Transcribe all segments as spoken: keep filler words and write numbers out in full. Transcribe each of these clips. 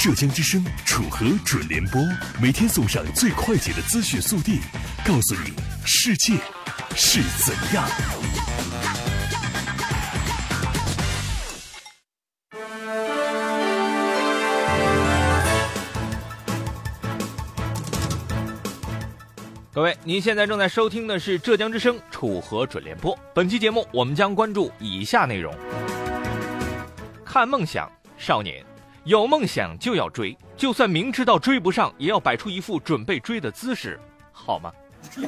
浙江之声楚河准联播，每天送上最快捷的资讯速递，告诉你世界是怎样。 各位，您现在正在收听的是浙江之声楚河准联播。本期节目我们将关注以下内容：看梦想，少年，有梦想就要追，就算明知道追不上，也要摆出一副准备追的姿势，好吗？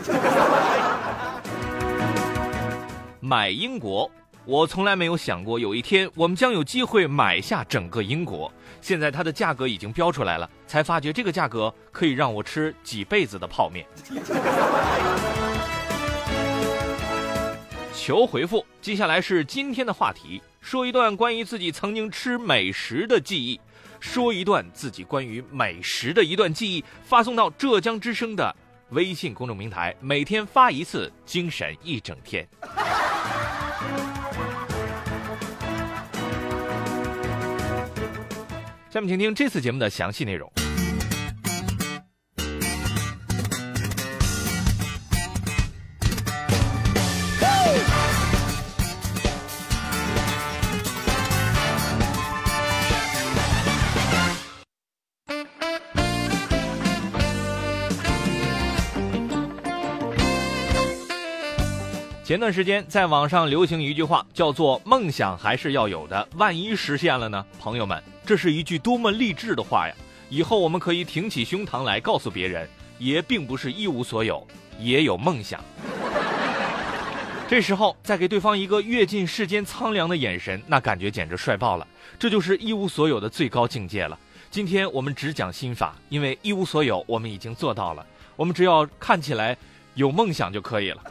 买英国，我从来没有想过有一天我们将有机会买下整个英国。现在它的价格已经标出来了，才发觉这个价格可以让我吃几辈子的泡面。求回复，接下来是今天的话题，说一段关于自己曾经吃美食的记忆，说一段自己关于美食的一段记忆，发送到浙江之声的微信公众平台，每天发一次，精神一整天。下面请听这次节目的详细内容。前段时间在网上流行一句话，叫做梦想还是要有的，万一实现了呢？朋友们，这是一句多么励志的话呀！以后我们可以挺起胸膛来告诉别人，爷并不是一无所有，也有梦想。这时候再给对方一个阅尽世间苍凉的眼神，那感觉简直帅爆了。这就是一无所有的最高境界了。今天我们只讲心法，因为一无所有我们已经做到了，我们只要看起来有梦想就可以了。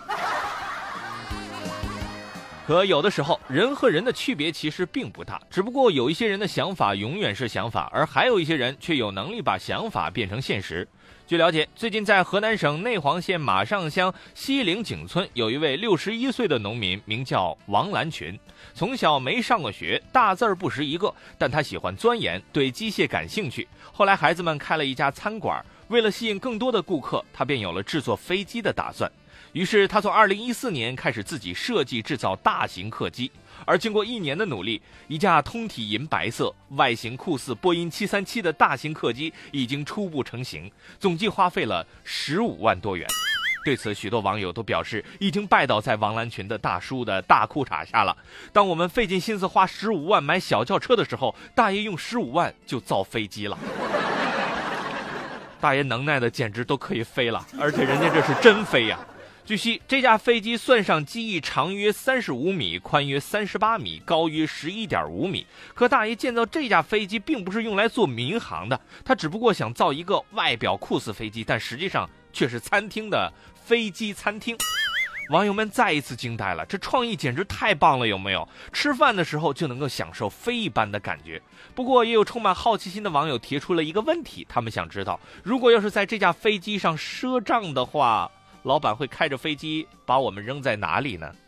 可有的时候人和人的区别其实并不大，只不过有一些人的想法永远是想法，而还有一些人却有能力把想法变成现实。据了解，最近在河南省内黄县马上乡西岭井村，有一位六十一岁的农民，名叫王兰群。从小没上过学，大字儿不识一个，但他喜欢钻研，对机械感兴趣。后来孩子们开了一家餐馆，为了吸引更多的顾客，他便有了制作飞机的打算。于是他从二零一四年开始自己设计制造大型客机，而经过一年的努力，一架通体银白色、外形酷似波音七三七的大型客机已经初步成型，总计花费了十五万多元。对此，许多网友都表示已经拜倒在王兰群的大叔的大裤衩下了。当我们费尽心思花十五万买小轿车的时候，大爷用十五万就造飞机了。大爷能耐的简直都可以飞了，而且人家这是真飞呀！据悉，这架飞机算上机翼长约三十五米，宽约三十八米，高约十一点五米。可大爷建造这架飞机并不是用来做民航的，他只不过想造一个外表酷似飞机，但实际上却是餐厅的飞机餐厅。网友们再一次惊呆了，这创意简直太棒了，有没有？吃饭的时候就能够享受飞一般的感觉。不过也有充满好奇心的网友提出了一个问题，他们想知道，如果要是在这架飞机上赊账的话，老板会开着飞机把我们扔在哪里呢？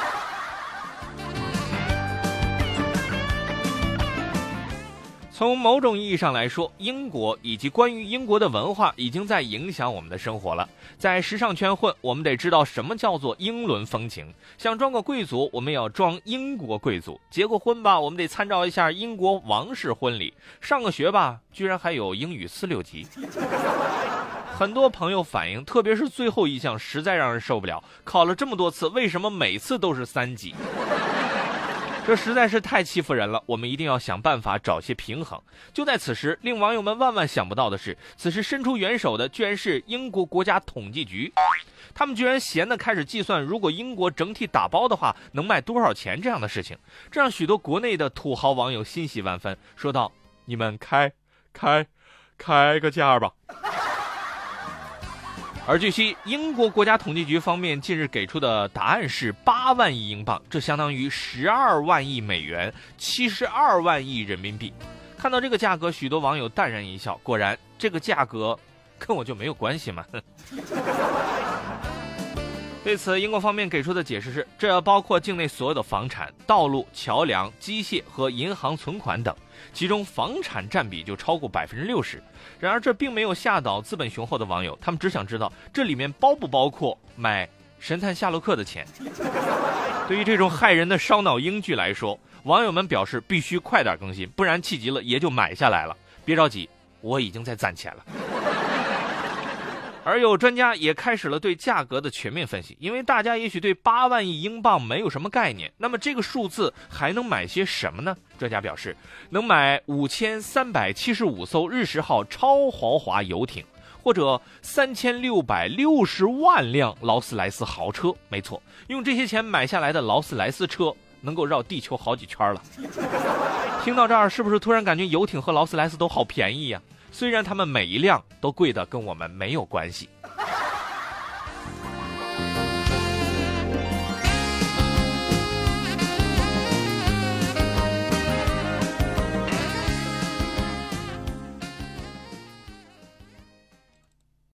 从某种意义上来说，英国以及关于英国的文化已经在影响我们的生活了。在时尚圈混，我们得知道什么叫做英伦风情。想装个贵族，我们要装英国贵族。结过婚吧，我们得参照一下英国王室婚礼。上个学吧，居然还有英语四六级。很多朋友反映，特别是最后一项实在让人受不了，考了这么多次，为什么每次都是三级？这实在是太欺负人了，我们一定要想办法找些平衡。就在此时，令网友们万万想不到的是，此时伸出援手的居然是英国国家统计局。他们居然闲得开始计算，如果英国整体打包的话能卖多少钱这样的事情，这让许多国内的土豪网友欣喜万分，说道：你们开开开个价吧。而据悉，英国国家统计局方面近日给出的答案是八万亿英镑，这相当于十二万亿美元，七十二万亿人民币。看到这个价格，许多网友淡然一笑，果然这个价格跟我就没有关系嘛。对此，英国方面给出的解释是，这包括境内所有的房产、道路、桥梁、机械和银行存款等。 其中房产占比就超过百分之六十。然而这并没有吓倒资本雄厚的网友，他们只想知道这里面包不包括买神探夏洛克的钱。对于这种害人的烧脑英剧来说，网友们表示必须快点更新，不然气急了也就买下来了。别着急，我已经在攒钱了。而有专家也开始了对价格的全面分析，因为大家也许对八万亿英镑没有什么概念，那么这个数字还能买些什么呢？专家表示，能买五千三百七十五艘日式号超豪华游艇，或者三千六百六十万辆劳斯莱斯豪车。没错，用这些钱买下来的劳斯莱斯车能够绕地球好几圈了。听到这儿，是不是突然感觉游艇和劳斯莱斯都好便宜呀？虽然他们每一辆都贵的跟我们没有关系。